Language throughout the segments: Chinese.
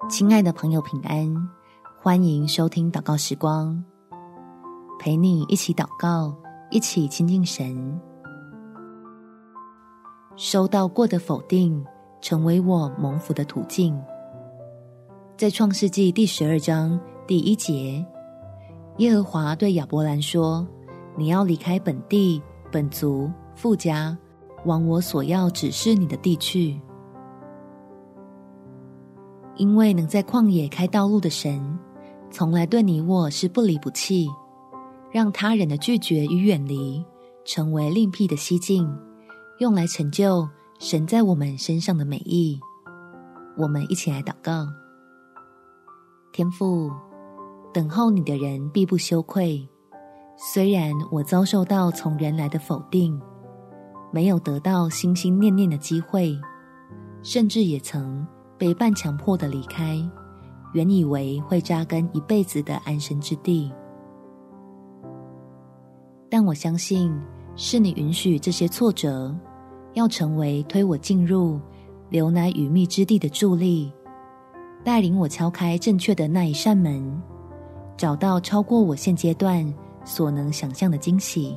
亲爱的朋友平安，欢迎收听祷告时光，陪你一起祷告，一起亲近神。收到过的否定，成为我蒙福的途径。在创世纪第12章第1节，耶和华对亚伯兰说，你要离开本地、本族、父家，往我所要指示你的地去。因为能在旷野开道路的神，从来对你我是不离不弃，让他人的拒绝与远离成为另辟的蹊径，用来成就神在我们身上的美意。我们一起来祷告。天父，等候你的人必不羞愧。虽然我遭受到从人来的否定，没有得到心心念念的机会，甚至也曾被半强迫的离开原以为会扎根一辈子的安身之地，但我相信是你允许这些挫折，要成为推我进入流奶与蜜之地的助力，带领我敲开正确的那一扇门，找到超过我现阶段所能想象的惊喜。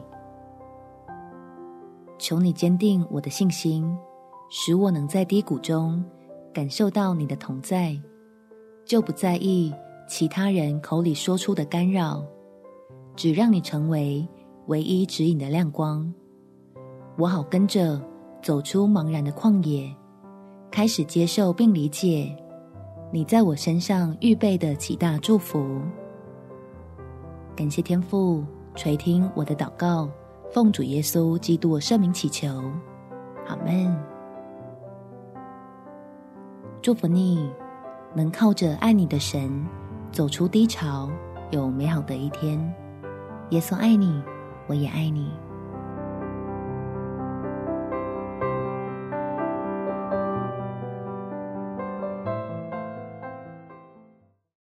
求你坚定我的信心，使我能在低谷中感受到你的同在，就不在意其他人口里说出的干扰，只让你成为唯一指引的亮光。我好跟着走出茫然的旷野，开始接受并理解你在我身上预备的极大祝福。感谢天父垂听我的祷告，奉主耶稣基督的圣名祈求，阿们。祝福你能靠着爱你的神走出低潮，有美好的一天。耶稣爱你，我也爱你。